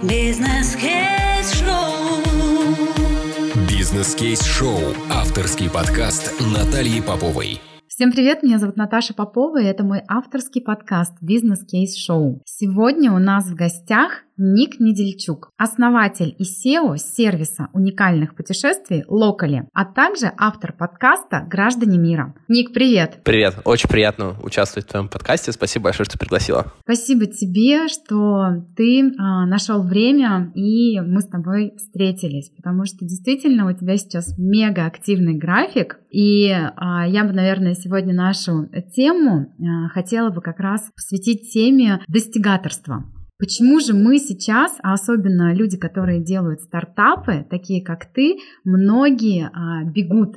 Бизнес-кейс-шоу. Бизнес-кейс-шоу. Авторский подкаст Натальи Поповой. Всем привет, меня зовут Наташа Попова, и это мой авторский подкаст «Бизнес-кейс-шоу». Сегодня у нас в гостях Ник Недельчук, основатель и SEO сервиса уникальных путешествий Locally, а также автор подкаста «Граждане мира». Ник, привет! Привет, очень приятно участвовать в твоем подкасте, спасибо большое, что пригласила. Спасибо тебе, что ты нашел время, и мы с тобой встретились, потому что действительно у тебя сейчас мега активный график, и я бы, наверное, сегодня нашу тему хотела бы как раз посвятить теме достигаторства. Почему же мы сейчас, а особенно люди, которые делают стартапы, такие как ты, многие бегут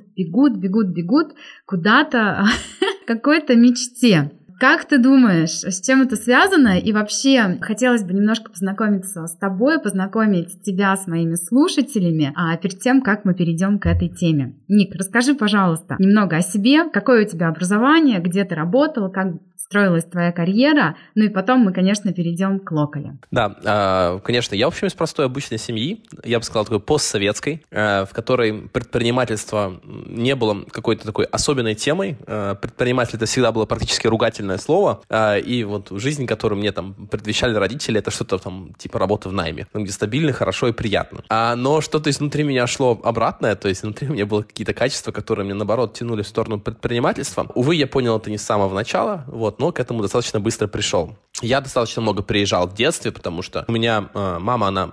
куда-то к какой-то мечте? Как ты думаешь, с чем это связано? И вообще, хотелось бы немножко познакомиться с тобой, познакомить тебя с моими слушателями, перед тем, как мы перейдем к этой теме. Ник, расскажи, пожалуйста, немного о себе, какое у тебя образование, где ты работал, как строилась твоя карьера, ну и потом мы, конечно, перейдем к Locally. Да, конечно, я, в общем, из простой обычной семьи, я бы сказал, такой постсоветской, в которой предпринимательство не было какой-то такой особенной темой. Предприниматель — это всегда было практически ругательное слово, и вот жизнь, которую мне там предвещали родители, это что-то там типа работы в найме, где стабильно, хорошо и приятно. Но что-то изнутри меня шло обратное, то есть внутри у меня было какие-то качества, которые мне, наоборот, тянули в сторону предпринимательства. Увы, я понял это не с самого начала, но к этому достаточно быстро пришел. Я достаточно много приезжал в детстве, потому что у меня мама, она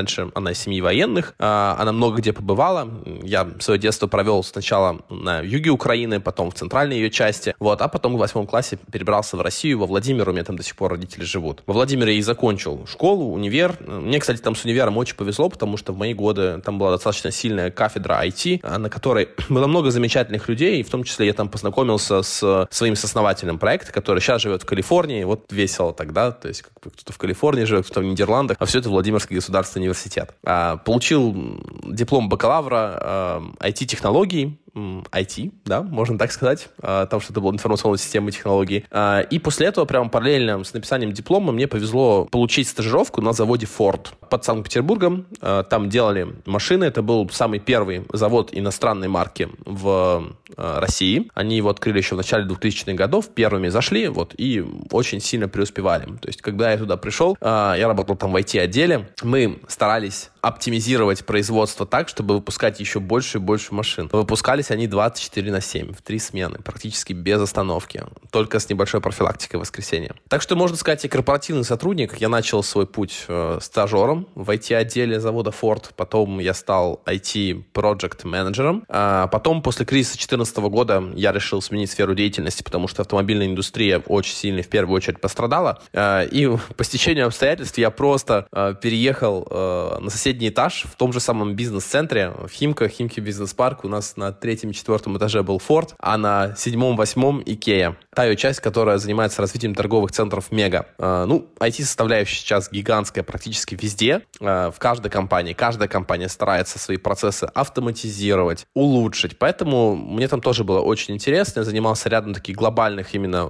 из семьи военных, она много где побывала. Я свое детство провел сначала на юге Украины, потом в центральной ее части, а потом в 8 классе перебрался в Россию, во Владимир, у меня там до сих пор родители живут. Во Владимире я и закончил школу, универ. Мне, кстати, там с универом очень повезло, потому что в мои годы там была достаточно сильная кафедра IT, на которой было много замечательных людей, и в том числе я там познакомился с своим сооснователем проекта, который сейчас живет в Калифорнии, весело тогда, то есть кто-то в Калифорнии живет, кто-то в Нидерландах, а все это Владимирский государственный университет. Получил диплом бакалавра IT-технологий, IT, да, можно так сказать, там что-то было информационной системы технологий. И после этого, прямо параллельно с написанием диплома, мне повезло получить стажировку на заводе Ford под Санкт-Петербургом. Там делали машины, это был самый первый завод иностранной марки в России. Они его открыли еще в начале 2000-х годов, первыми зашли, и очень сильно преуспевали. То есть, когда я туда пришел, я работал там в IT-отделе, мы старались оптимизировать производство так, чтобы выпускать еще больше и больше машин. Выпускались они 24/7, в 3 смены, практически без остановки, только с небольшой профилактикой в воскресенье. Так что, можно сказать, я корпоративный сотрудник. Я начал свой путь стажером в IT-отделе завода Ford, потом я стал IT-проджект-менеджером. Потом, после кризиса 2014 года, я решил сменить сферу деятельности, потому что автомобильная индустрия очень сильно, в первую очередь, пострадала. И по стечению обстоятельств я просто переехал на соседний этаж в том же самом бизнес-центре, в Химки бизнес-парк. У нас на 3-4 этаже был Ford, а на 7-8 Икея. Та ее часть, которая занимается развитием торговых центров Мега. IT-составляющая сейчас гигантская практически везде, в каждой компании. Каждая компания старается свои процессы автоматизировать, улучшить. Поэтому мне там тоже было очень интересно. Я занимался рядом таких глобальных именно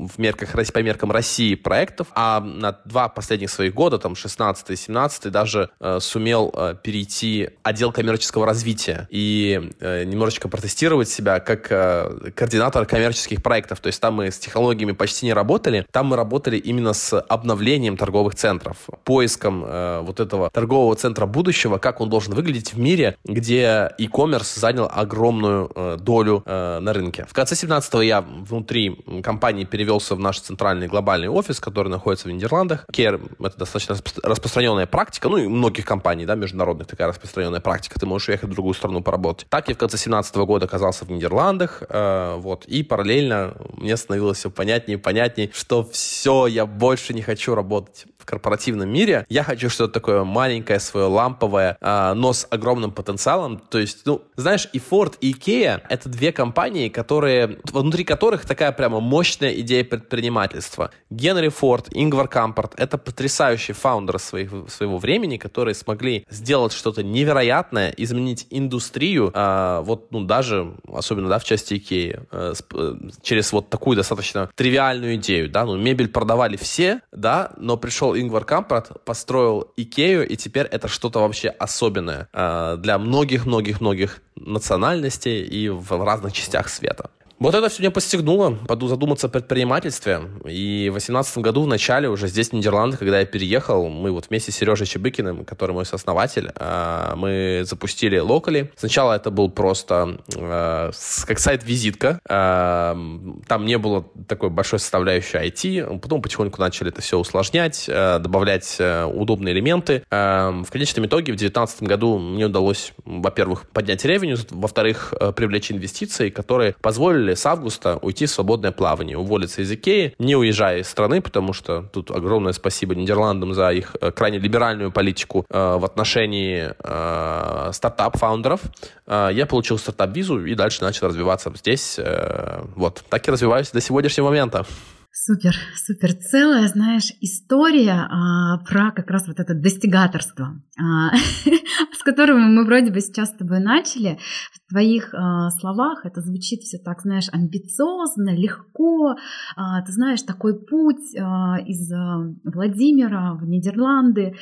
по меркам России проектов. А на 2 последних своих года, там 16 и 17, даже сумел перейти в отдел коммерческого развития и немножечко протестировать себя как координатор коммерческих проектов. То есть там мы с технологиями почти не работали, там мы работали именно с обновлением торговых центров, поиском этого торгового центра будущего, как он должен выглядеть в мире, где e-commerce занял огромную долю на рынке. В конце 17-го я внутри компании перевелся в наш центральный глобальный офис, который находится в Нидерландах. Care — это достаточно распространенная практика, и многих компаний, международных, такая распространенная практика, ты можешь уехать в другую страну поработать. Так я в конце 17 года оказался в Нидерландах, и параллельно мне становилось все понятнее, что все, я больше не хочу работать в корпоративном мире. Я хочу что-то такое маленькое, свое ламповое, но с огромным потенциалом. То есть, знаешь, и Ford, и Ikea — это 2 компании, внутри которых такая прямо мощная идея предпринимательства. Генри Форд, Ингвар Кампарт — это потрясающие фаундеры своего времени, которые смогли сделать что-то невероятное, изменить индустрию, даже, особенно, да, в части Икеи, через вот такую достаточно тривиальную идею, да, ну, мебель продавали все, да, но пришел Ингвар Кампрад, построил Икею, и теперь это что-то вообще особенное для многих-многих-многих национальностей и в разных частях света. Вот это все меня подстегнуло задуматься о предпринимательстве. И в 2018 году, в начале, уже здесь, в Нидерландах, когда я переехал, мы вот вместе с Сережей Чебыкиным, который мой сооснователь, мы запустили Locally. Сначала это был просто как сайт-визитка. Там не было такой большой составляющей IT. Потом потихоньку начали это все усложнять, добавлять удобные элементы. В конечном итоге в 2019 году мне удалось, во-первых, поднять ревеню, во-вторых, привлечь инвестиции, которые позволили с августа уйти в свободное плавание, уволиться из Икеи, не уезжая из страны, потому что тут огромное спасибо Нидерландам за их крайне либеральную политику в отношении стартап-фаундеров. Я получил стартап-визу и дальше начал развиваться здесь. Вот, так и развиваюсь до сегодняшнего момента. Супер. Целая, знаешь, история про как раз вот это достигаторство, с которого мы вроде бы сейчас с тобой начали. В твоих словах это звучит все так, знаешь, амбициозно, легко. Ты знаешь, такой путь из Владимира в Нидерланды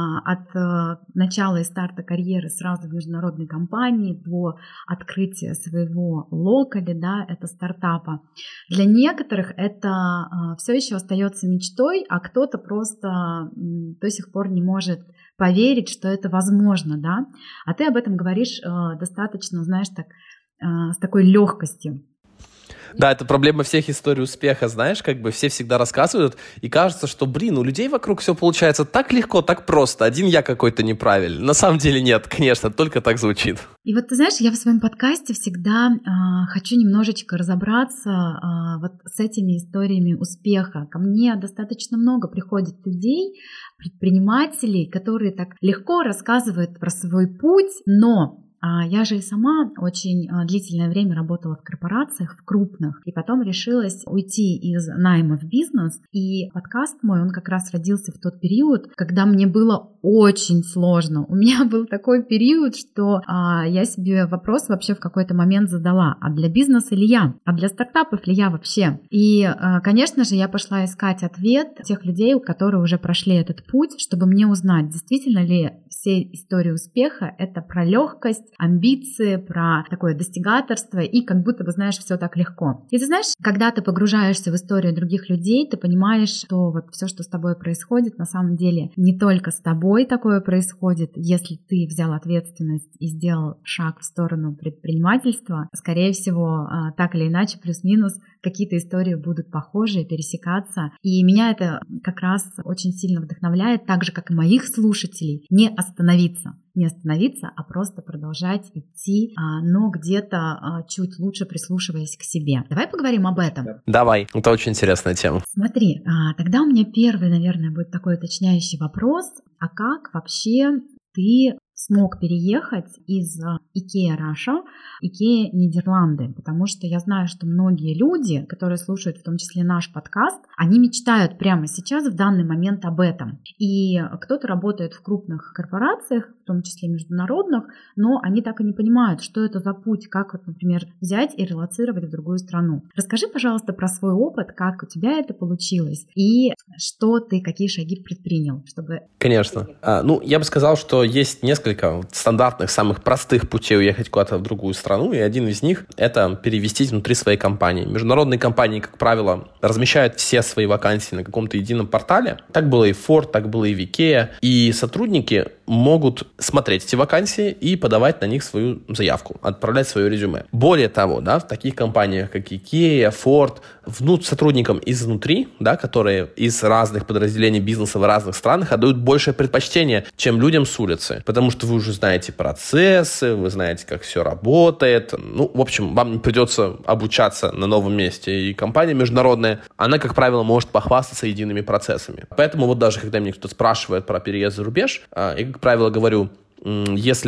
от начала и старта карьеры сразу в международной компании до открытия своего Locally, да, это стартапа. Для некоторых это все еще остается мечтой, а кто-то просто до сих пор не может поверить, что это возможно, да? А ты об этом говоришь достаточно, знаешь, так, с такой легкостью. Да, это проблема всех историй успеха, знаешь, как бы все всегда рассказывают, и кажется, что, у людей вокруг все получается так легко, так просто, один я какой-то неправильный. На самом деле нет, конечно, только так звучит. И вот ты знаешь, я в своем подкасте всегда хочу немножечко разобраться вот с этими историями успеха. Ко мне достаточно много приходит людей, предпринимателей, которые так легко рассказывают про свой путь, но я же и сама очень длительное время работала в корпорациях, в крупных, и потом решилась уйти из найма в бизнес. И подкаст мой, он как раз родился в тот период, когда мне было очень сложно. У меня был такой период, что я себе вопрос вообще в какой-то момент задала: а для бизнеса ли я? А для стартапов ли я вообще? И, конечно же, я пошла искать ответ тех людей, которые уже прошли этот путь, чтобы мне узнать, действительно ли все истории успеха — это про легкость, амбиции, про такое достигаторство, и как будто бы, знаешь, все так легко. И ты знаешь, когда ты погружаешься в историю других людей, ты понимаешь, что вот все, что с тобой происходит, на самом деле не только с тобой такое происходит. Если ты взял ответственность и сделал шаг в сторону предпринимательства, скорее всего, так или иначе, плюс-минус, какие-то истории будут похожие, пересекаться. И меня это как раз очень сильно вдохновляет, так же, как и моих слушателей, не остановиться, а просто продолжать идти, но где-то чуть лучше прислушиваясь к себе. Давай поговорим об этом. Давай, это очень интересная тема. Смотри, тогда у меня первый, наверное, будет такой уточняющий вопрос. А как вообще ты смог переехать из Икея Раша, Икея Нидерланды? Потому что я знаю, что многие люди, которые слушают в том числе наш подкаст, они мечтают прямо сейчас, в данный момент об этом. И кто-то работает в крупных корпорациях, в том числе международных, но они так и не понимают, что это за путь, как, вот, например, взять и релоцировать в другую страну. Расскажи, пожалуйста, про свой опыт, как у тебя это получилось, и что ты, какие шаги предпринял, чтобы... Конечно. Я бы сказал, что есть несколько стандартных, самых простых путей уехать куда-то в другую страну, и один из них — это перевестись внутри своей компании. Международные компании, как правило, размещают все свои вакансии на каком-то едином портале. Так было и в Ford, так было и в Ikea. И сотрудники могут смотреть эти вакансии и подавать на них свою заявку, отправлять свое резюме. Более того, в таких компаниях, как Ikea, Ford, сотрудникам изнутри, которые из разных подразделений бизнеса в разных странах отдают большее предпочтение, чем людям с улицы. Потому что вы уже знаете процессы, вы знаете, как все работает. В общем, вам не придется обучаться на новом месте. И компания международная, она, как правило, может похвастаться едиными процессами. Поэтому даже когда меня кто-то спрашивает про переезд за рубеж, я, как правило, говорю, если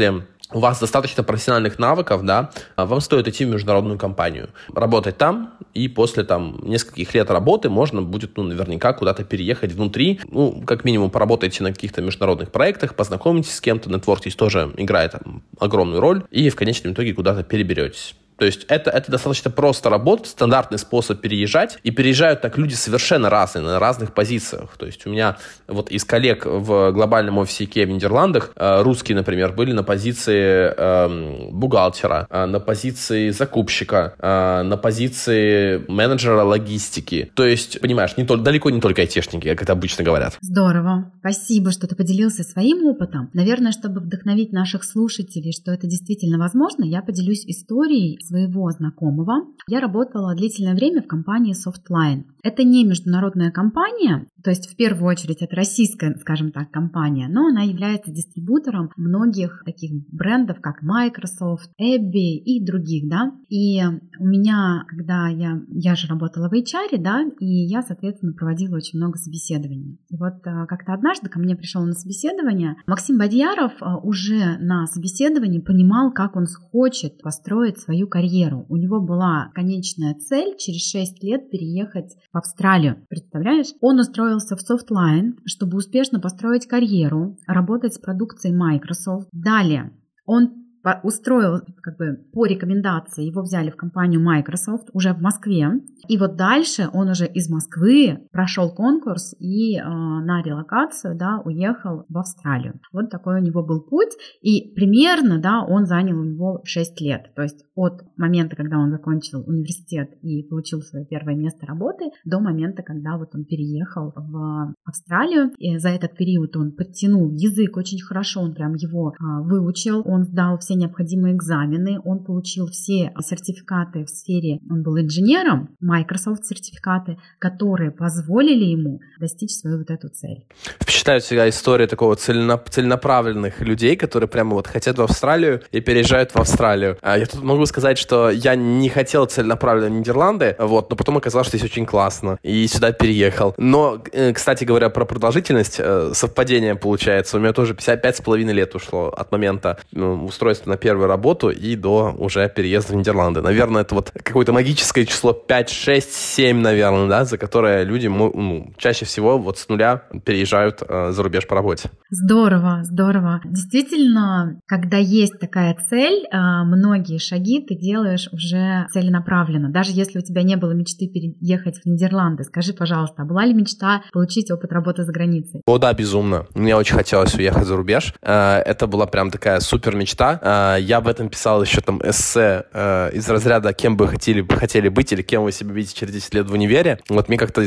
у вас достаточно профессиональных навыков, да, вам стоит идти в международную компанию, работать там, и после там нескольких лет работы можно будет, наверняка куда-то переехать внутри, как минимум поработайте на каких-то международных проектах, познакомитесь с кем-то, нетворкинг тоже играет огромную роль, и в конечном итоге куда-то переберетесь. То есть это достаточно просто работать, стандартный способ переезжать, и переезжают так люди совершенно разные, на разных позициях. То есть у меня вот из коллег в глобальном офисе IKEA в Нидерландах, русские, например, были на позиции бухгалтера, на позиции закупщика, на позиции менеджера логистики. То есть, понимаешь, далеко не только айтишники, как это обычно говорят. Здорово. Спасибо, что ты поделился своим опытом. Наверное, чтобы вдохновить наших слушателей, что это действительно возможно, я поделюсь историей своего знакомого. Я работала длительное время в компании Softline. Это не международная компания, то есть в первую очередь это российская, скажем так, компания, но она является дистрибьютором многих таких брендов, как Microsoft, Abbey и других, да. И у меня, когда я же работала в HR, да, и я, соответственно, проводила очень много собеседований. И вот как-то однажды ко мне пришел на собеседование Максим Бадьяров, уже на собеседовании понимал, как он хочет построить свою карьеру. У него была конечная цель через 6 лет переехать в Австралию. Представляешь? Он устроился в Softline, чтобы успешно построить карьеру, работать с продукцией Microsoft. Далее он устроил, по рекомендации, его взяли в компанию Microsoft уже в Москве. И вот дальше он уже из Москвы прошел конкурс и на релокацию, да, уехал в Австралию. Вот такой у него был путь. И примерно, да, он занял у него 6 лет. То есть от момента, когда он закончил университет и получил свое первое место работы, до момента, когда вот он переехал в Австралию. И за этот период он подтянул язык очень хорошо, он прям его выучил, он сдал все необходимые экзамены, он получил все сертификаты в сфере, он был инженером, Microsoft сертификаты, которые позволили ему достичь свою вот эту цель. Впечатляет всегда история такого целенаправленных людей, которые прямо вот хотят в Австралию и переезжают в Австралию. Я тут могу сказать, что я не хотел целенаправленно в Нидерланды, вот, но потом оказалось, что здесь очень классно, и сюда переехал. Но, кстати говоря, про продолжительность, совпадение получается, у меня тоже 55,5 лет ушло от момента устройства на первую работу и до уже переезда в Нидерланды. Наверное, это вот какое-то магическое число 5, 6, 7, наверное, да, за которое люди чаще всего вот с нуля переезжают за рубеж по работе. Здорово, здорово. Действительно, когда есть такая цель, многие шаги ты делаешь уже целенаправленно. Даже если у тебя не было мечты переехать в Нидерланды, скажи, пожалуйста, была ли мечта получить опыт работы за границей? О, да, безумно. Мне очень хотелось уехать за рубеж. Это была прям такая супер мечта. Я об этом писал еще там эссе из разряда «Кем бы хотели быть» или «Кем вы себя видите через 10 лет в универе». Вот мне как-то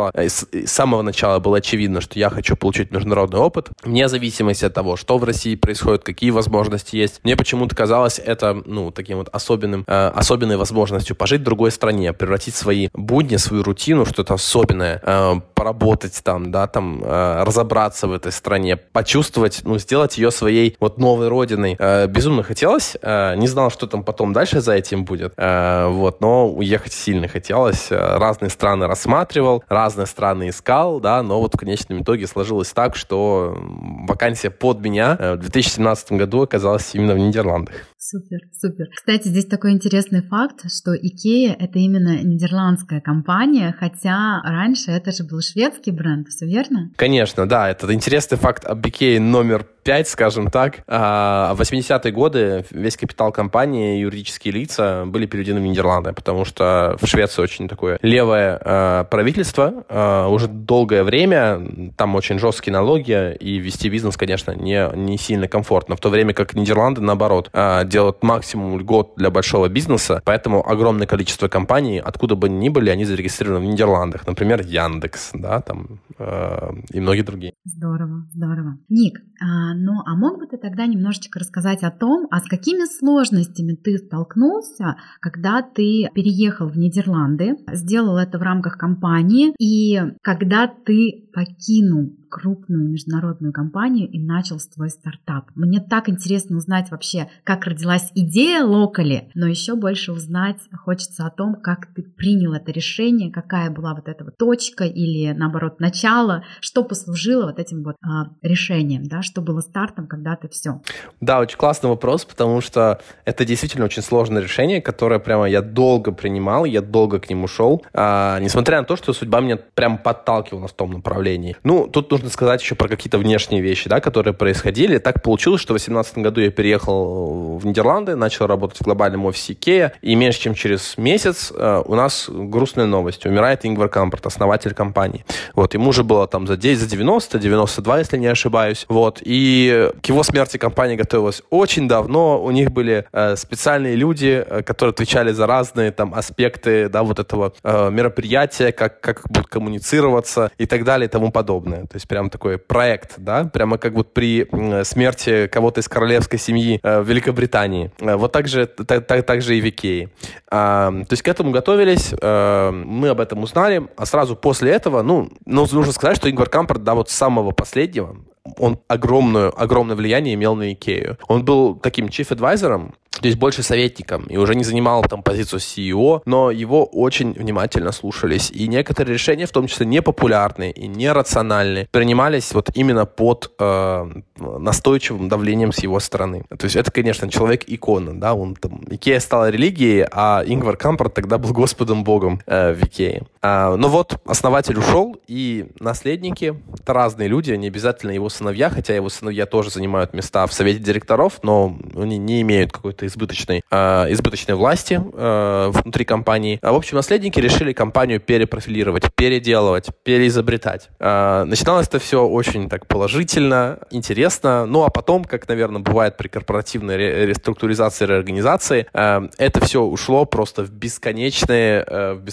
с самого начала было очевидно, что я хочу получить международный опыт, вне зависимости от того, что в России происходит, какие возможности есть. Мне почему-то казалось это, таким вот особенной возможностью пожить в другой стране, превратить свои будни, свою рутину в что-то особенное, поработать там, да, там, разобраться в этой стране, почувствовать, сделать ее своей вот новой родиной. Безумно хотелось, не знал, что там потом дальше за этим будет, но уехать сильно хотелось, разные страны рассматривал, разные страны искал, да, но вот в конечном итоге сложилось так, что вакансия под меня в 2017 году оказалась именно в Нидерландах. Супер, супер. Кстати, здесь такой интересный факт, что IKEA — это именно нидерландская компания, хотя раньше это же был шведский бренд, все верно? Конечно, да, это интересный факт об IKEA номер 5, скажем так. В 80-е годы весь капитал компании, юридические лица были переведены в Нидерланды, потому что в Швеции очень такое левое правительство уже долгое время, там очень жесткие налоги, и вести бизнес, конечно, не сильно комфортно, в то время как Нидерланды, наоборот, делают максимум льгот для большого бизнеса, поэтому огромное количество компаний, откуда бы ни были, они зарегистрированы в Нидерландах. Например, Яндекс, да, там, и многие другие. Здорово, здорово. Ник, а мог бы ты тогда немножечко рассказать о том, с какими сложностями ты столкнулся, когда ты переехал в Нидерланды, сделал это в рамках компании, и когда ты покинул крупную международную компанию и начал свой стартап. Мне так интересно узнать вообще, как родилась идея Locally, но еще больше узнать хочется о том, как ты принял это решение, какая была вот эта вот точка или, наоборот, начало, что послужило вот этим вот решением, да, что было стартом когда-то все? Да, очень классный вопрос, потому что это действительно очень сложное решение, которое прямо я долго принимал, я долго к нему шел, несмотря на то, что судьба меня прям подталкивала в том направлении. Ну, тут нужно сказать еще про какие-то внешние вещи, да, которые происходили. Так получилось, что в 2018 году я переехал в Нидерланды, начал работать в глобальном офисе IKEA, и меньше чем через месяц у нас грустная новость. Умирает Ингвар Кампрад, основатель компании. Вот, ему уже было там за 92, если не ошибаюсь. Вот, и к его смерти компания готовилась очень давно. У них были специальные люди, которые отвечали за разные там аспекты, да, вот этого мероприятия, как будут коммуницироваться и так далее и тому подобное. То есть прям такой проект, да, прямо как вот при смерти кого-то из королевской семьи в Великобритании. Вот так же и в IKEA. То есть к этому готовились, мы об этом узнали, а сразу после этого, нужно сказать, что Ингвар Кампрад, да, вот с самого последнего, он огромное влияние имел на IKEA. Он был таким chief-адвайзером, то есть больше советником, и уже не занимал там позицию CEO, но его очень внимательно слушались. И некоторые решения, в том числе непопулярные и нерациональные, принимались вот именно под настойчивым давлением с его стороны. То есть это, конечно, человек-икона, да, он там, IKEA стала религией, а Ингвар Кампрад тогда был Господом Богом в IKEA. Но вот основатель ушел, и наследники — это разные люди, не обязательно его сыновья, хотя его сыновья тоже занимают места в совете директоров, но они не имеют какой-то избыточной власти внутри компании. В общем, наследники решили компанию перепрофилировать, переделывать, переизобретать. Начиналось это все очень так положительно, интересно, ну а потом, как, наверное, бывает при корпоративной реструктуризации, реорганизации, это все ушло просто в бесконечные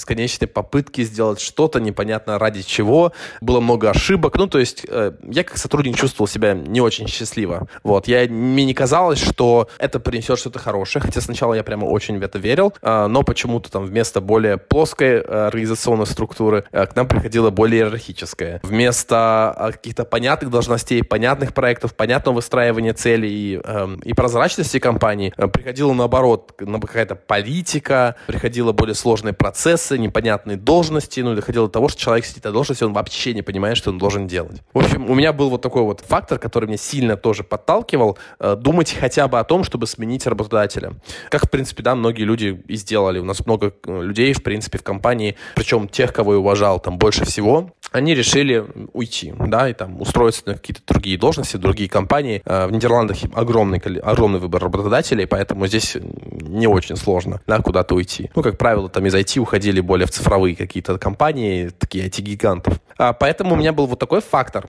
попытки сделать что-то непонятно ради чего. Было много ошибок. Ну, то есть я как сотрудник чувствовал себя не очень счастливо. Вот. Мне не казалось, что это принесет что-то хорошее, хотя сначала я прямо очень в это верил, но почему-то там вместо более плоской организационной структуры к нам приходила более иерархическая. Вместо каких-то понятных должностей, понятных проектов, понятного выстраивания целей и прозрачности компании приходила наоборот, какая-то политика, приходило более сложные процессы, непонятные должности, доходило до того, что человек сидит на должности, он вообще не понимает, что он должен делать. В общем, у меня был вот такой вот фактор, который меня сильно тоже подталкивал думать хотя бы о том, чтобы сменить работодателя. Как, в принципе, да, многие люди и сделали. У нас много людей, в принципе, в компании, причем тех, кого я уважал там больше всего, они решили уйти, да, и там устроиться на какие-то другие должности, в другие компании. В Нидерландах огромный выбор работодателей, поэтому здесь не очень сложно, да, куда-то уйти. Ну, как правило, там из IT уходили более в цифровые какие-то компании, такие IT-гигантов. Поэтому у меня был вот такой фактор.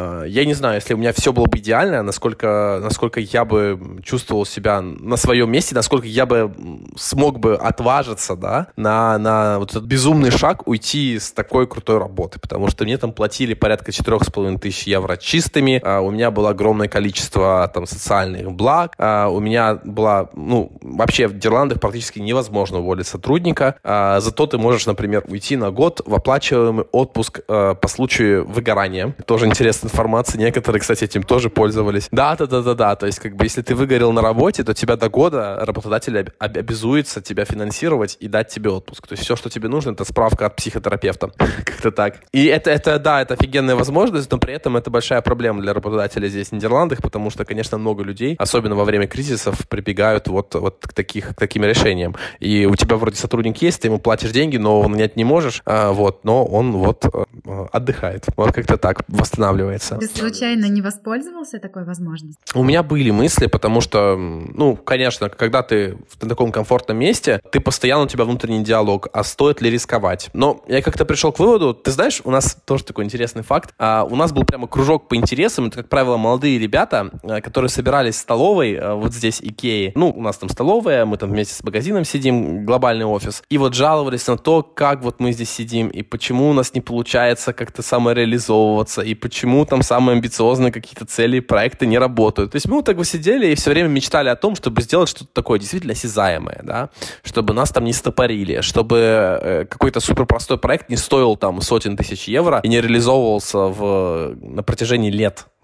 Я не знаю, если у меня все было бы идеально, насколько я бы чувствовал себя на своем месте, насколько я бы смог бы отважиться, да, на вот этот безумный шаг уйти с такой крутой работы, потому что мне там платили порядка 4500 евро чистыми, у меня было огромное количество там социальных благ, у меня была, вообще в Нидерландах практически невозможно уволить сотрудника, зато ты можешь, например, уйти на год в оплачиваемый отпуск по случаю выгорания. Тоже интересная информация, некоторые, кстати, этим тоже пользовались. Да, то есть как бы если ты выгорел на работе, то тебя до года работодатель обязуется тебя финансировать и дать тебе отпуск. То есть все, что тебе нужно, это справка от психотерапевта. Как-то так. И это офигенная возможность, но при этом это большая проблема для работодателя здесь в Нидерландах, потому что, конечно, много людей, особенно во время кризисов, прибегают вот к таким решениям. И у тебя вроде сотрудник есть, ты ему платишь деньги, но он нанять не можешь, но он отдыхает. Вот как-то так восстанавливается. Ты случайно не воспользовался такой возможностью? У меня были мысли, потому что, конечно, когда ты в таком комфортном месте, постоянно у тебя внутренний диалог, а стоит ли рисковать? Но я как-то пришел к выводу, ты знаешь, у нас тоже такой интересный факт, у нас был прямо кружок по интересам, это, как правило, молодые ребята, которые собирались в столовой, вот здесь IKEA, у нас там столовая, мы там вместе с магазином сидим, глобальный офис, и вот жаловались на то, как вот мы здесь сидим, и почему у нас не получается как-то самореализовываться, и почему там самые амбициозные какие-то цели и проекты не работают. То есть мы вот так вот сидели и все время мечтали о том, чтобы сделать что-то такое действительно осязаемое, да, чтобы нас там не стопорили, чтобы какой-то суперпростой проект не стоил там сотен тысяч евро и не реализовывался на протяжении лет,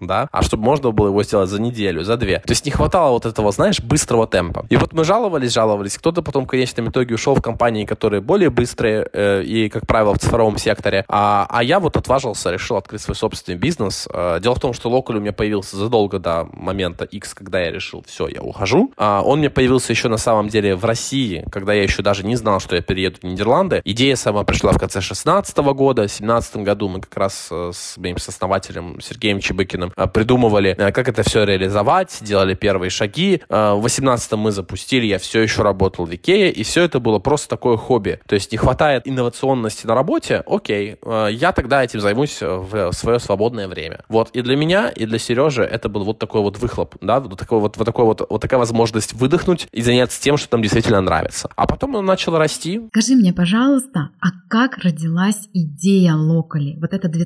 да, а чтобы можно было его сделать за неделю, за 2. То есть не хватало вот этого, знаешь, быстрого темпа. И вот мы жаловались. Кто-то потом в конечном итоге ушел в компании, которые более быстрые и, как правило, в цифровом секторе. А я вот отважился, решил открыть свой собственный бизнес. Дело в том, что Локаль у меня появился задолго до момента X, когда я решил, все, я ухожу. Он мне появился еще на самом деле в России, когда я еще даже не знал, что я перееду в Нидерланды. Идея сама пришла в конце 2016 года. В 2017 году мы как раз с моим сооснователем Сергеем Чебыкиным придумывали, как это все реализовать, делали первые шаги. В 2018 мы запустили, я все еще работал в Икее, и все это было просто такое хобби. То есть не хватает инновационности на работе, окей, я тогда этим займусь в свое свободное время. Вот, и для меня, и для Сережи это был вот такой вот выхлоп, да, вот такая возможность выдохнуть и заняться тем, что нам действительно нравится. А потом он начал расти. Скажи мне, пожалуйста, а как родилась идея Локали? Вот это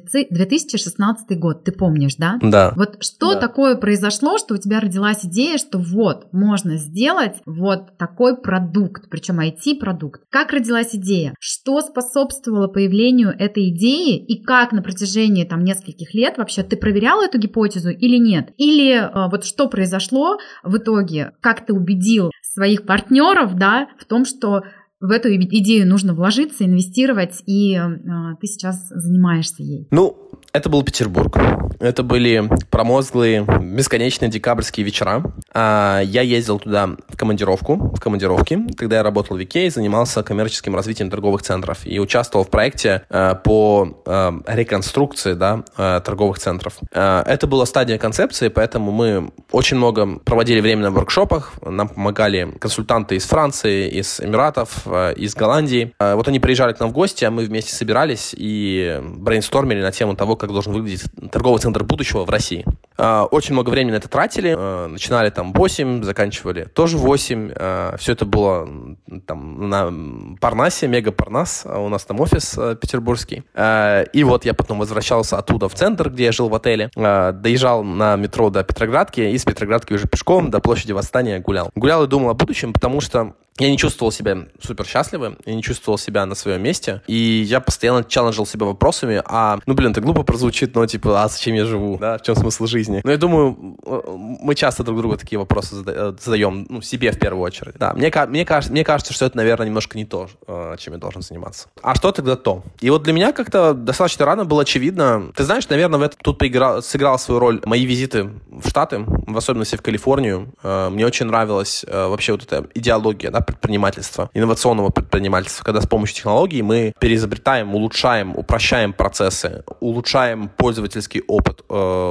2016 год, ты помнишь, да? Да. Вот что такое произошло, что у тебя родилась идея, что вот, можно сделать вот такой продукт, причем IT-продукт. Как родилась идея? Что способствовало появлению этой идеи и как на протяжении там нескольких лет вообще ты проверял эту гипотезу или нет? Или вот что произошло в итоге? Как ты убедил своих партнеров, да, в том, что в эту идею нужно вложиться, инвестировать, и ты сейчас занимаешься ей? Ну, это был Петербург. Это были промозглые, бесконечные декабрьские вечера. Я ездил туда в командировки, когда я работал в Икее, занимался коммерческим развитием торговых центров и участвовал в проекте по реконструкции, да, торговых центров. Это была стадия концепции, поэтому мы очень много проводили время на воркшопах. Нам помогали консультанты из Франции, из Эмиратов, из Голландии. Вот они приезжали к нам в гости, а мы вместе собирались и брейнстормили на тему того, как должен выглядеть торговый центр будущего в России. Очень много времени на это тратили. Начинали там 8, заканчивали тоже 8. Все это было там на Парнасе, Мега Парнас. У нас там офис петербургский. И вот я потом возвращался оттуда в центр, где я жил в отеле. Доезжал на метро до Петроградки. И с Петроградки уже пешком до площади Восстания гулял. Гулял и думал о будущем, потому что я не чувствовал себя супер счастливым, я не чувствовал себя на своем месте, и я постоянно челленджил себя вопросами, это глупо прозвучит, но типа, зачем я живу, да, в чем смысл жизни? Но я думаю, мы часто друг другу такие вопросы задаем, себе в первую очередь. Да, мне кажется, что это, наверное, немножко не то, чем я должен заниматься. А что тогда то? И вот для меня как-то достаточно рано было очевидно, ты знаешь, наверное, тут сыграл свою роль мои визиты в Штаты, в особенности в Калифорнию. Мне очень нравилась вообще вот эта идеология, да, предпринимательства, инновационного предпринимательства, когда с помощью технологий мы переизобретаем, улучшаем, упрощаем процессы, улучшаем пользовательский опыт,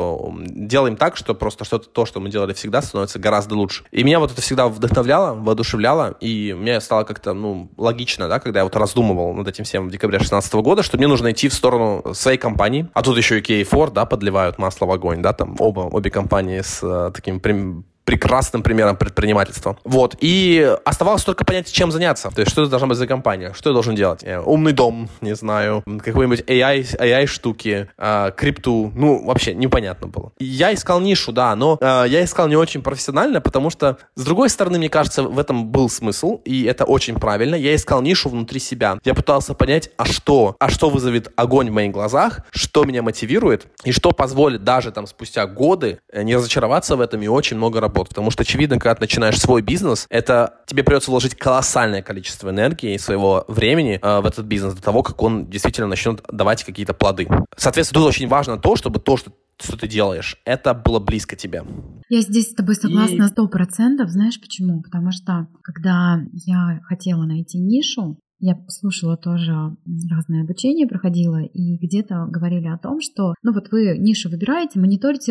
делаем так, что просто то, что мы делали всегда, становится гораздо лучше. И меня вот это всегда вдохновляло, воодушевляло, и мне стало как-то, логично, да, когда я вот раздумывал над этим всем в декабре 2016 года, что мне нужно идти в сторону своей компании, а тут еще и Икея и Ford, да, подливают масло в огонь, да, там обе компании с таким прекрасным примером предпринимательства. Вот. И оставалось только понять, чем заняться. То есть, что это должна быть за компания? Что я должен делать? Умный дом, не знаю, какой-нибудь AI-штуки, крипту. Вообще непонятно было. Я искал нишу, да, но я искал не очень профессионально, потому что, с другой стороны, мне кажется, в этом был смысл, и это очень правильно. Я искал нишу внутри себя. Я пытался понять, а что вызовет огонь в моих глазах, что меня мотивирует, и что позволит даже там спустя годы не разочароваться в этом и очень много работать. Потому что, очевидно, когда ты начинаешь свой бизнес, тебе придется вложить колоссальное количество энергии и своего времени в этот бизнес до того, как он действительно начнет давать какие-то плоды. Соответственно, тут очень важно чтобы то, что ты делаешь, это было близко тебе. Я здесь с тобой согласна 100%. Знаешь почему? Потому что, когда я хотела найти нишу, я слушала тоже разное обучение, проходила, и где-то говорили о том, что, вы нишу выбираете, мониторите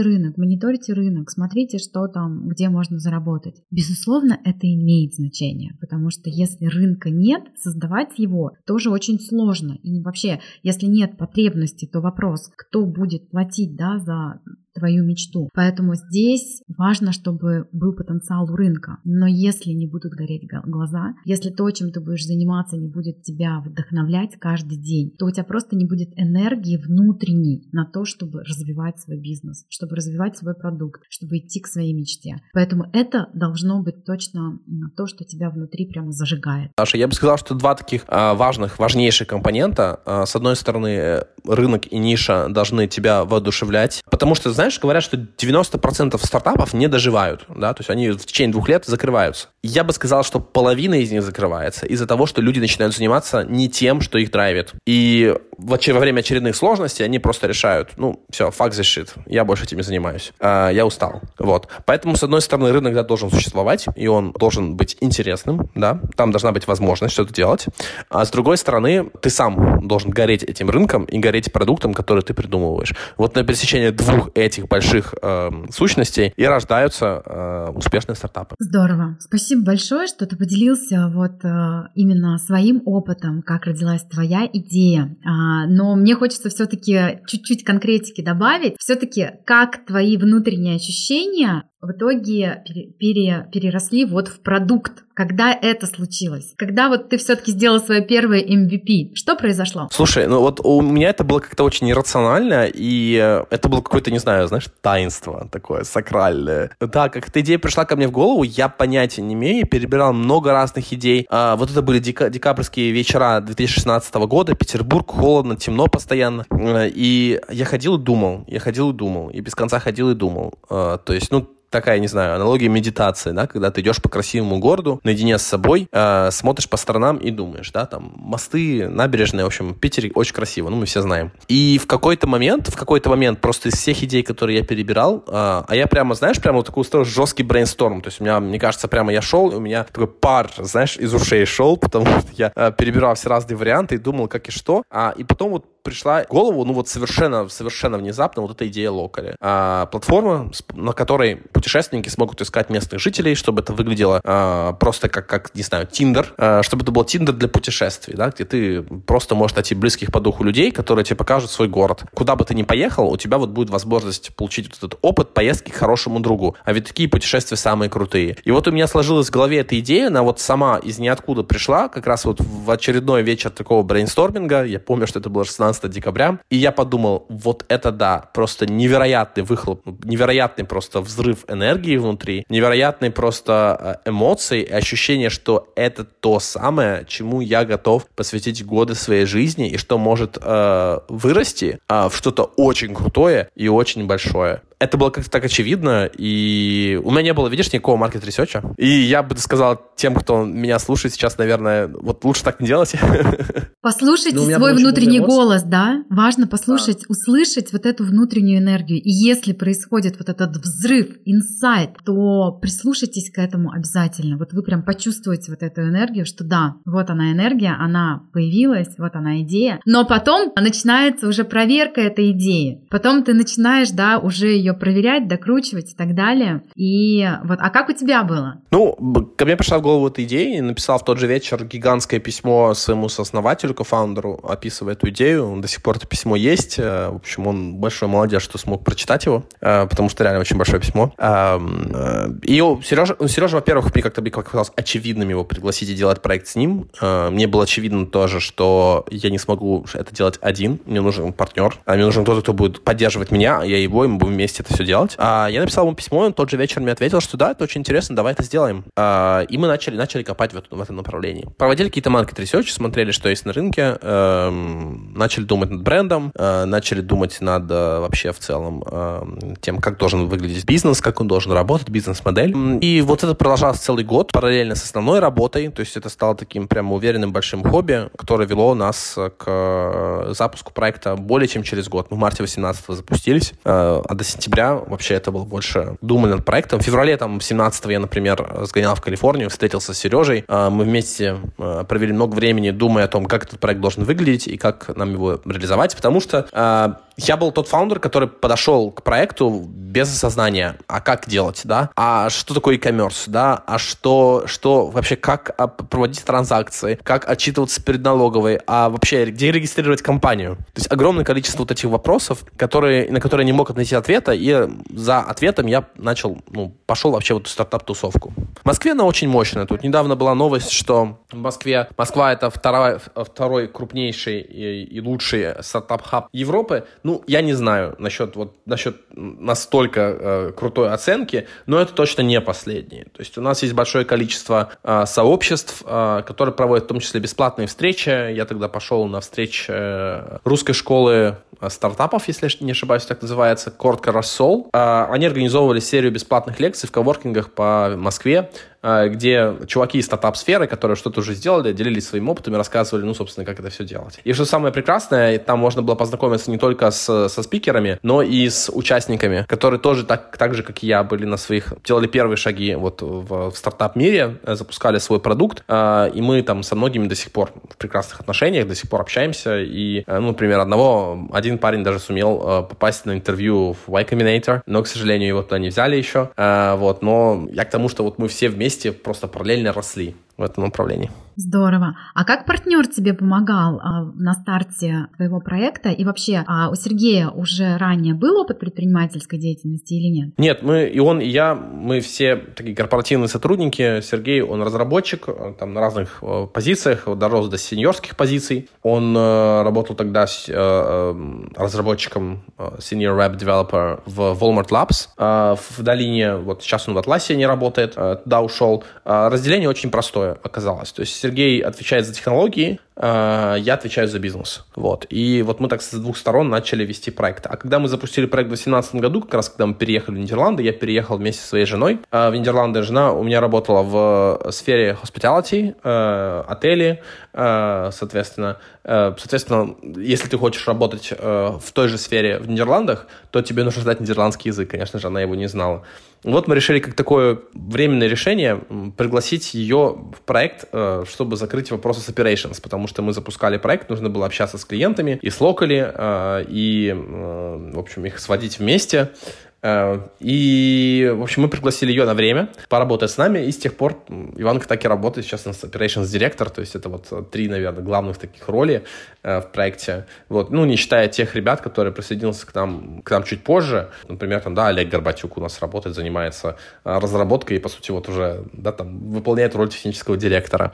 рынок, смотрите, что там, где можно заработать. Безусловно, это имеет значение, потому что если рынка нет, создавать его тоже очень сложно. И вообще, если нет потребности, то вопрос, кто будет платить, да, за твою мечту. Поэтому здесь важно, чтобы был потенциал у рынка. Но если не будут гореть глаза, если то, чем ты будешь заниматься, не будет тебя вдохновлять каждый день, то у тебя просто не будет энергии внутренней на то, чтобы развивать свой бизнес, чтобы развивать свой продукт, чтобы идти к своей мечте. Поэтому это должно быть точно то, что тебя внутри прямо зажигает. Саша, я бы сказал, что два таких важнейших компонента. С одной стороны, рынок и ниша должны тебя воодушевлять, потому что, знаешь, говорят, что 90% стартапов не доживают, да, то есть они в течение 2 лет закрываются. Я бы сказал, что половина из них закрывается из-за того, что люди начинают заниматься не тем, что их драйвит. И во время очередных сложностей они просто решают, все, fuck this shit, я больше этим не занимаюсь, я устал. Вот. Поэтому, с одной стороны, рынок должен существовать, и он должен быть интересным, да, там должна быть возможность что-то делать. А с другой стороны, ты сам должен гореть этим рынком и гореть продуктом, который ты придумываешь. Вот на пересечении 2 этих больших сущностей и рождаются успешные стартапы. Здорово. Спасибо большое, что ты поделился именно своим опытом, как родилась твоя идея. Но мне хочется все-таки чуть-чуть конкретики добавить. Все-таки как твои внутренние ощущения в итоге переросли в продукт. Когда это случилось? Когда ты все-таки сделал свое первое MVP? Что произошло? Слушай, у меня это было как-то очень иррационально, и это было какое-то, не знаю, знаешь, таинство такое сакральное. Да, как эта идея пришла ко мне в голову, я понятия не имею, я перебирал много разных идей. Это были декабрьские вечера 2016 года, Петербург, холодно, темно постоянно. И я ходил и думал, и без конца ходил и думал. То есть, такая, не знаю, аналогия медитации, да, когда ты идешь по красивому городу, наедине с собой, смотришь по сторонам и думаешь, да, там мосты, набережные, в общем, в Питере очень красиво, мы все знаем. И в какой-то момент просто из всех идей, которые я перебирал, я прямо такой устроил жесткий брейнсторм, то есть у меня, мне кажется, прямо я шел, и у меня такой пар, знаешь, из ушей шел, потому что я перебирал все разные варианты и думал, как и что, и потом пришла в голову, совершенно внезапно эта идея Локали. Платформа, на которой путешественники смогут искать местных жителей, чтобы это выглядело просто как, не знаю, Тиндер, чтобы это был Тиндер для путешествий, да, где ты просто можешь найти близких по духу людей, которые тебе покажут свой город. Куда бы ты ни поехал, у тебя будет возможность получить этот опыт поездки к хорошему другу. А ведь такие путешествия самые крутые. И у меня сложилась в голове эта идея, она сама из ниоткуда пришла, как раз в очередной вечер такого брейнсторминга. Я помню, что это было 16 декабря, и я подумал, это да, просто невероятный выхлоп, невероятный просто взрыв энергии внутри, невероятные просто эмоции и ощущение, что это то самое, чему я готов посвятить годы своей жизни и что может вырасти в что-то очень крутое и очень большое. Это было как-то так очевидно, и у меня не было, видишь, никакого маркет-ресерча. И я бы сказал тем, кто меня слушает сейчас, наверное, лучше так не делать. Послушайте свой внутренний голос, да? Важно послушать, услышать эту внутреннюю энергию. И если происходит этот взрыв, инсайт, то прислушайтесь к этому обязательно. Вы прям почувствуете эту энергию, что да, она энергия, она появилась, она идея. Но потом начинается уже проверка этой идеи. Потом ты начинаешь, да, уже ее проверять, докручивать и так далее. И а как у тебя было? Ко мне пришла в голову эта идея, и написал в тот же вечер гигантское письмо своему сооснователю, кофаундеру, описывая эту идею. До сих пор это письмо есть. В общем, он большой молодец, что смог прочитать его, потому что реально очень большое письмо. И Сережа, во-первых, мне как-то показалось очевидным его пригласить и делать проект с ним. Мне было очевидно тоже, что я не смогу это делать один. Мне нужен партнер. Мне нужен кто-то, кто будет поддерживать меня, а я его, и мы будем вместе это все делать. Я написал ему письмо, и он тот же вечер мне ответил, что да, это очень интересно, давай это сделаем. И мы начали копать в этом направлении. Проводили какие-то маркет-ресерчи, смотрели, что есть на рынке, начали думать над брендом, начали думать над вообще в целом тем, как должен выглядеть бизнес, как он должен работать, бизнес-модель. И это продолжалось целый год, параллельно с основной работой, то есть это стало таким прямо уверенным большим хобби, которое вело нас к запуску проекта более чем через год. Мы в марте 18-го запустились, а до сентября вообще это было больше думали над проектом. В феврале 17-го я, например, сгонял в Калифорнию, встретился с Сережей. Мы вместе провели много времени, думая о том, как этот проект должен выглядеть и как нам его реализовать, потому что Я был тот фаундер, который подошел к проекту без осознания, а как делать, да, а что такое e-commerce, да, а что вообще, как проводить транзакции, как отчитываться перед налоговой, а вообще, где регистрировать компанию. То есть огромное количество вот этих вопросов, на которые не мог найти ответа, и за ответом я пошел вообще в эту стартап-тусовку. В Москве она очень мощная. Тут недавно была новость, что Москва это второй крупнейший и лучший стартап-хаб Европы. Я не знаю насчет настолько крутой оценки, но это точно не последний. То есть у нас есть большое количество сообществ, которые проводят в том числе бесплатные встречи. Я тогда пошел на встречу русской школы стартапов, если не ошибаюсь, так называется, Коротко Рассол. Они организовывали серию бесплатных лекций в коворкингах по Москве, где чуваки из стартап-сферы, которые что-то уже сделали, делились своим опытом и рассказывали, собственно, как это все делать. И что самое прекрасное, там можно было познакомиться не только со спикерами, но и с участниками, которые тоже так же, как и я, делали первые шаги в стартап-мире, запускали свой продукт, и мы там со многими до сих пор в прекрасных отношениях, до сих пор общаемся, и, например, один парень даже сумел попасть на интервью в Y Combinator, но, к сожалению, его туда не взяли еще, но я к тому, что мы все вместе просто параллельно росли в этом направлении. Здорово. А как партнер тебе помогал на старте твоего проекта? И вообще, у Сергея уже ранее был опыт предпринимательской деятельности или нет? Нет, мы все такие корпоративные сотрудники. Сергей, он разработчик, там на разных позициях, дорос до сеньорских позиций. Он работал тогда разработчиком Senior Web Developer в Walmart Labs в долине. Сейчас он в Атласе не работает, туда ушел. Разделение очень простое оказалось. То есть Сергей отвечает за технологии, я отвечаю за бизнес. И мы так с двух сторон начали вести проект. А когда мы запустили проект в 2018 году, как раз когда мы переехали в Нидерланды, я переехал вместе со своей женой в Нидерланды. Жена у меня работала в сфере hospitality, отели, соответственно, если ты хочешь работать в той же сфере в Нидерландах, то тебе нужно знать нидерландский язык. Конечно же, она его не знала. Мы решили как такое временное решение пригласить ее в проект, чтобы закрыть вопросы с operations, потому что мы запускали проект, нужно было общаться с клиентами и с локали, и, в общем, их сводить вместе. И, в общем, мы пригласили ее на время поработать с нами, и с тех пор Иванка так и работает. Сейчас у нас operations директор, то есть это 3, наверное, главных таких роли в проекте. Не считая тех ребят, которые присоединились к нам чуть позже. Например, Олег Горбатюк у нас работает, занимается разработкой и, по сути, уже выполняет роль технического директора.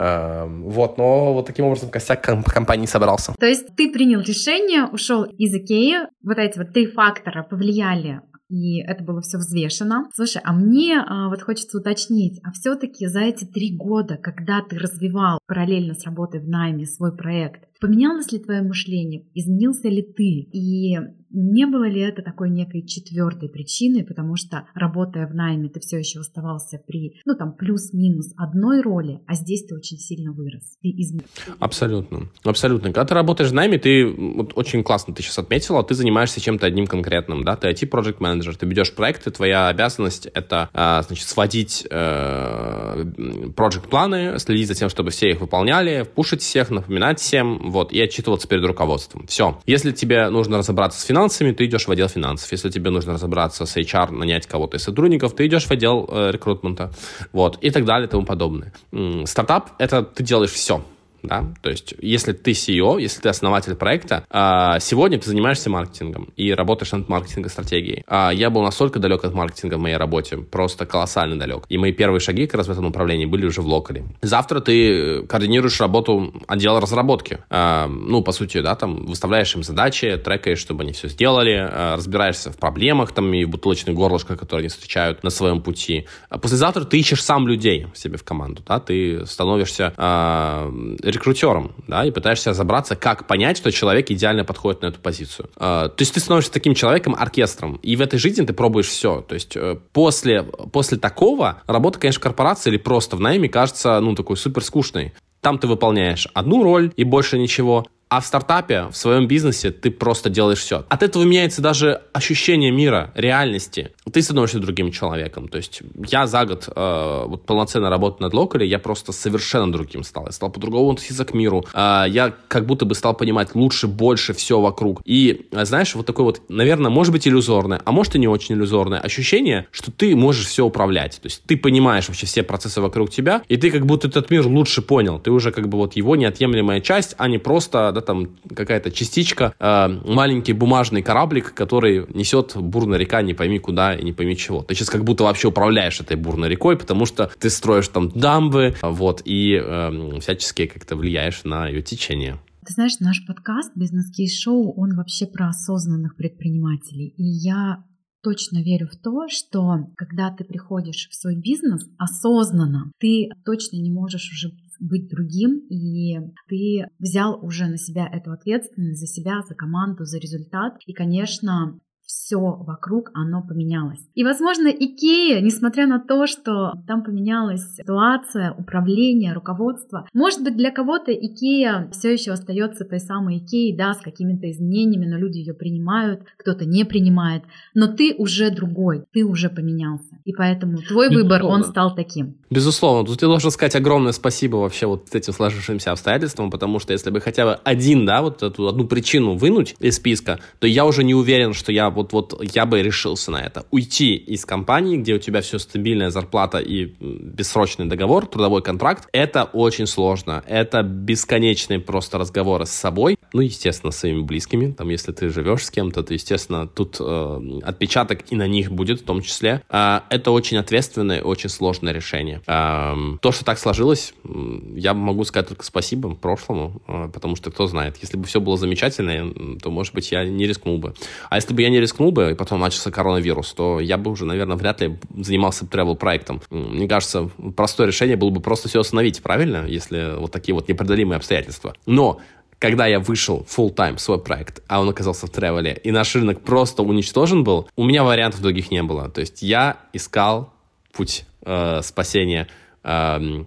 Но таким образом костяк компании собрался. То есть ты принял решение, ушел из Икеи, эти 3 фактора повлияли, и это было все взвешено. Слушай, а мне хочется уточнить, а все-таки за эти 3 года, когда ты развивал параллельно с работой в найме свой проект, поменялось ли твое мышление, изменился ли ты, и не было ли это такой некой 4-й причиной, потому что, работая в найме, ты все еще оставался при, плюс-минус одной роли, а здесь ты очень сильно вырос. Абсолютно. Когда ты работаешь в найме, ты, очень классно ты сейчас отметила, ты занимаешься чем-то одним конкретным, да, ты IT-проект-менеджер, ты ведешь проекты, твоя обязанность это, сводить проект-планы, следить за тем, чтобы все их выполняли, пушить всех, напоминать всем, и отчитываться перед руководством. Все. Если тебе нужно разобраться с финансами, ты идешь в отдел финансов. Если тебе нужно разобраться с HR, нанять кого-то из сотрудников, ты идешь в отдел рекрутмента. И так далее, и тому подобное. Стартап — это ты делаешь все. Да? То есть, если ты CEO, если ты основатель проекта, сегодня ты занимаешься маркетингом и работаешь над маркетинговой стратегией. Я был настолько далек от маркетинга в моей работе, просто колоссально далек. И мои первые шаги как раз в этом направлении были уже в локале. Завтра ты координируешь работу отдела разработки. По сути, да, выставляешь им задачи, трекаешь, чтобы они все сделали, разбираешься в проблемах и в бутылочных горлышках, которые они встречают на своем пути. Послезавтра ты ищешь сам людей себе в команду, да, ты становишься рекрутером, да, и пытаешься разобраться, как понять, что человек идеально подходит на эту позицию. То есть ты становишься таким человеком-оркестром, и в этой жизни ты пробуешь все. То есть после такого работа, конечно, в корпорации или просто в найме кажется, такой супер скучной. Там ты выполняешь одну роль и больше ничего. А в стартапе, в своем бизнесе ты просто делаешь все. От этого меняется даже ощущение мира, реальности. ты становишься другим человеком. То есть я за год вот полноценно работаю над Locally, я просто совершенно другим стал. Я стал по-другому относиться к миру. Я как будто бы стал понимать лучше, больше все вокруг. И, знаешь, вот такое вот, наверное, может быть иллюзорное, а может и не очень иллюзорное ощущение, что ты можешь все управлять. То есть ты понимаешь вообще все процессы вокруг тебя, и ты как будто этот мир лучше понял. Ты уже как бы вот его неотъемлемая часть, а не просто, да, там какая-то частичка, маленький бумажный кораблик, который несет бурная река не пойми куда и не пойми чего. Ты сейчас как будто вообще управляешь этой бурной рекой, потому что ты строишь там дамбы, вот, и всячески как-то влияешь на ее течение. Ты знаешь, наш подкаст «Бизнес-кейс-шоу», он вообще про осознанных предпринимателей. И я точно верю в то, что когда ты приходишь в свой бизнес осознанно, ты точно не можешь уже быть другим, и ты взял уже на себя эту ответственность за себя, за команду, за результат. И, конечно, все вокруг, оно поменялось. И, возможно, Икея, несмотря на то, что там поменялась ситуация, управление, руководство, может быть, для кого-то Икея все еще остается той самой Икеей, да, с какими-то изменениями, но люди ее принимают, кто-то не принимает, но ты уже другой, ты уже поменялся. И поэтому твой выбор, он стал таким. Безусловно. Тут я должен сказать огромное спасибо вообще вот этим сложившимся обстоятельствам, потому что если бы хотя бы один, да, вот эту одну причину вынуть из списка, то я уже не уверен, что я вот я бы решился на это. Уйти из компании, где у тебя все стабильная зарплата и бессрочный договор, трудовой контракт, это очень сложно. Это бесконечные просто разговоры с собой, ну, естественно, с своими близкими. Там, если ты живешь с кем-то, то, естественно, тут отпечаток и на них будет в том числе. Это очень ответственное, очень сложное решение. То, что так сложилось, я могу сказать только спасибо прошлому, потому что, кто знает, если бы все было замечательно, то, может быть, я не рискнул бы. А если бы я не рискнул бы, и потом начался коронавирус, то я бы уже, наверное, вряд ли занимался travel-проектом. Мне кажется, простое решение было бы просто все остановить, правильно? Если вот такие вот непреодолимые обстоятельства. Но когда я вышел full-time в свой проект, а он оказался в тревеле, и наш рынок просто уничтожен был, у меня вариантов других не было. То есть я искал путь спасения, и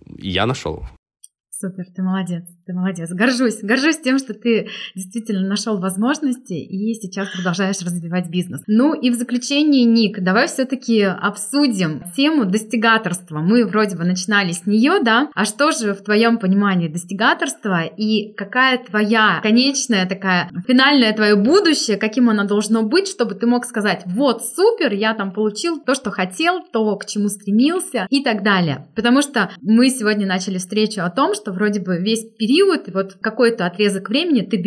я нашел. Супер, ты молодец, ты молодец. Горжусь тем, что ты действительно нашел возможности и сейчас продолжаешь развивать бизнес. Ну и в заключение, Ник, давай все-таки обсудим тему достигаторства. Мы вроде бы начинали с нее, да? А что же в твоем понимании достигаторство и какая твоя конечная такая, финальное твое будущее, каким оно должно быть, чтобы ты мог сказать: вот, супер, я там получил то, что хотел, то, к чему стремился и так далее. Потому что мы сегодня начали встречу о том, что вроде бы весь период, вот в какой-то отрезок времени ты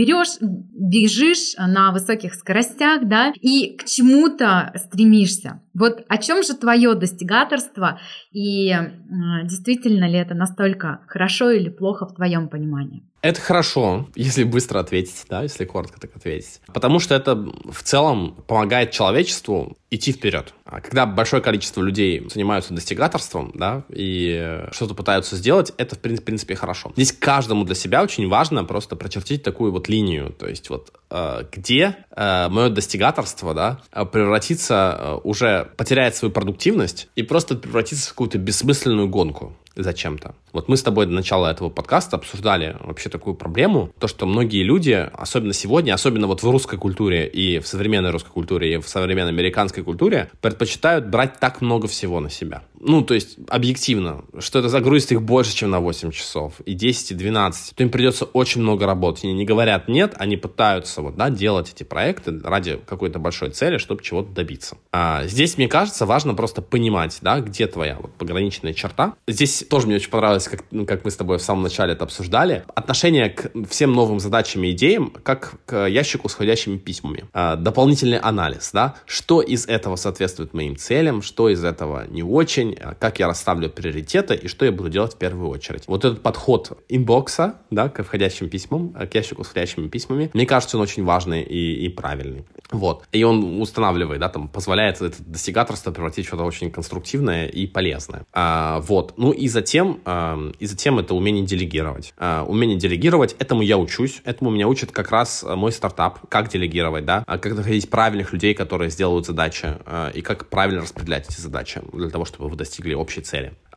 бежишь на высоких скоростях, да, и к чему-то стремишься. Вот о чем же твое достигаторство и действительно ли это настолько хорошо или плохо в твоем понимании? Это хорошо, если быстро ответить, да, если коротко так ответить. Потому что это в целом помогает человечеству идти вперед. А когда большое количество людей занимаются достигаторством, да, и что-то пытаются сделать, это в принципе хорошо. Здесь каждому для себя очень важно просто прочертить такую вот линию, то есть вот где мое достигаторство, да, превратится, уже потеряет свою продуктивность и просто превратится в какую-то бессмысленную гонку зачем-то. Вот мы с тобой до начала этого подкаста обсуждали вообще такую проблему, то, что многие люди, особенно сегодня, особенно вот в русской культуре и в современной русской культуре, и в современной американской культуре, предпочитают брать так много всего на себя. Ну, то есть, объективно, что это загрузит их больше, чем на 8 часов, и 10, и 12, то им придется очень много работать. Они не говорят нет, они пытаются вот, да, делать эти проекты ради какой-то большой цели, чтобы чего-то добиться. Здесь, мне кажется, важно просто понимать, да, где твоя вот пограничная черта. Здесь тоже мне очень понравилось, как мы с тобой в самом начале это обсуждали, отношение к всем новым задачам и идеям, как к ящику с входящими письмами. Дополнительный анализ, да, что из этого соответствует моим целям, что из этого не очень, как я расставлю приоритеты и что я буду делать в первую очередь. Вот этот подход инбокса, да, к входящим письмам, к ящику с входящими письмами, мне кажется, он очень важный и правильный. Вот. И он устанавливает, да, там, позволяет это достигаторство превратить в что-то очень конструктивное и полезное. Вот. Ну и затем это умение делегировать. Умение делегировать, этому я учусь, этому меня учит как раз мой стартап, как делегировать, да, как находить правильных людей, которые сделают задачи, и как правильно распределять эти задачи для того, чтобы вы достигли общей цели.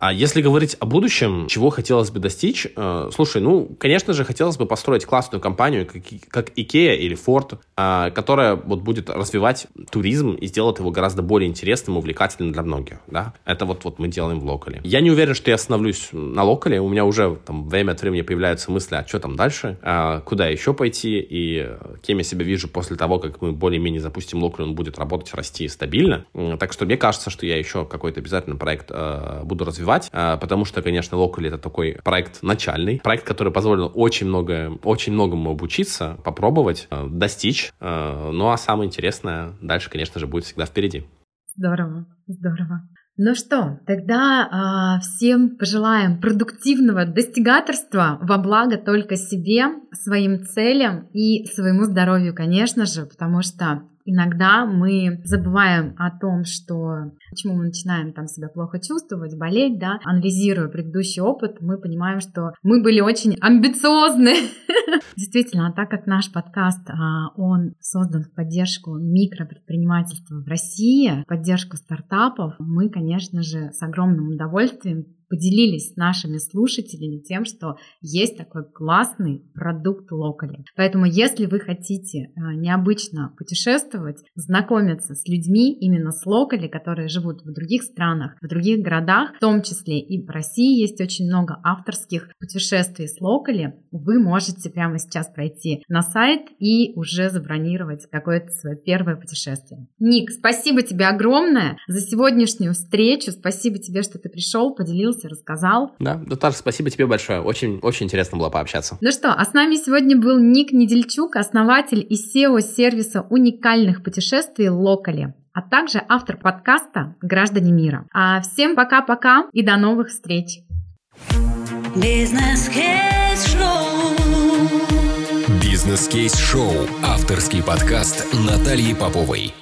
А если говорить о будущем, чего хотелось бы достичь, слушай, конечно же, хотелось бы построить классную компанию, как IKEA или Ford, которая вот будет развивать туризм и сделать его гораздо более интересным и увлекательным для многих, да. Это вот мы делаем в Локале. Я не уверен, что я остановлюсь на Локале, у меня уже там время от времени появляются мысли, а что там дальше, куда еще пойти, и кем я себя вижу после того, как мы более-менее запустим Локаль, он будет работать, расти стабильно. Так что мне кажется, что я еще какой-то обязательно проект буду развивать, потому что, конечно, Локаль — это такой проект начальный, проект, который позволил очень многому обучиться, попробовать, достичь. Ну, а самое интересное дальше, конечно же, будет всегда впереди. Здорово. Ну что, тогда всем пожелаем продуктивного достигаторства во благо только себе, своим целям и своему здоровью, конечно же, потому что иногда мы забываем о том, почему мы начинаем там себя плохо чувствовать, болеть, да, анализируя предыдущий опыт, мы понимаем, что мы были очень амбициозны. Действительно, так как наш подкаст, он создан в поддержку микропредпринимательства в России, в поддержку стартапов, мы, конечно же, с огромным удовольствием поделились с нашими слушателями тем, что есть такой классный продукт Локали. Поэтому, если вы хотите необычно путешествовать, знакомиться с людьми именно с Локали, которые живут в других странах, в других городах, в том числе и в России есть очень много авторских путешествий с Локали, вы можете прямо сейчас пройти на сайт и уже забронировать какое-то свое первое путешествие. Ник, спасибо тебе огромное за сегодняшнюю встречу. Спасибо тебе, что ты пришел, поделился, рассказал. Да, Наташа, спасибо тебе большое. Очень, очень интересно было пообщаться. Ну что, а с нами сегодня был Ник Недельчук, основатель и SEO-сервиса уникальных путешествий Локали, а также автор подкаста «Граждане мира». Всем пока-пока и до новых встреч! Бизнес-кейс-шоу. Бизнес-кейс-шоу. Авторский подкаст Натальи Поповой.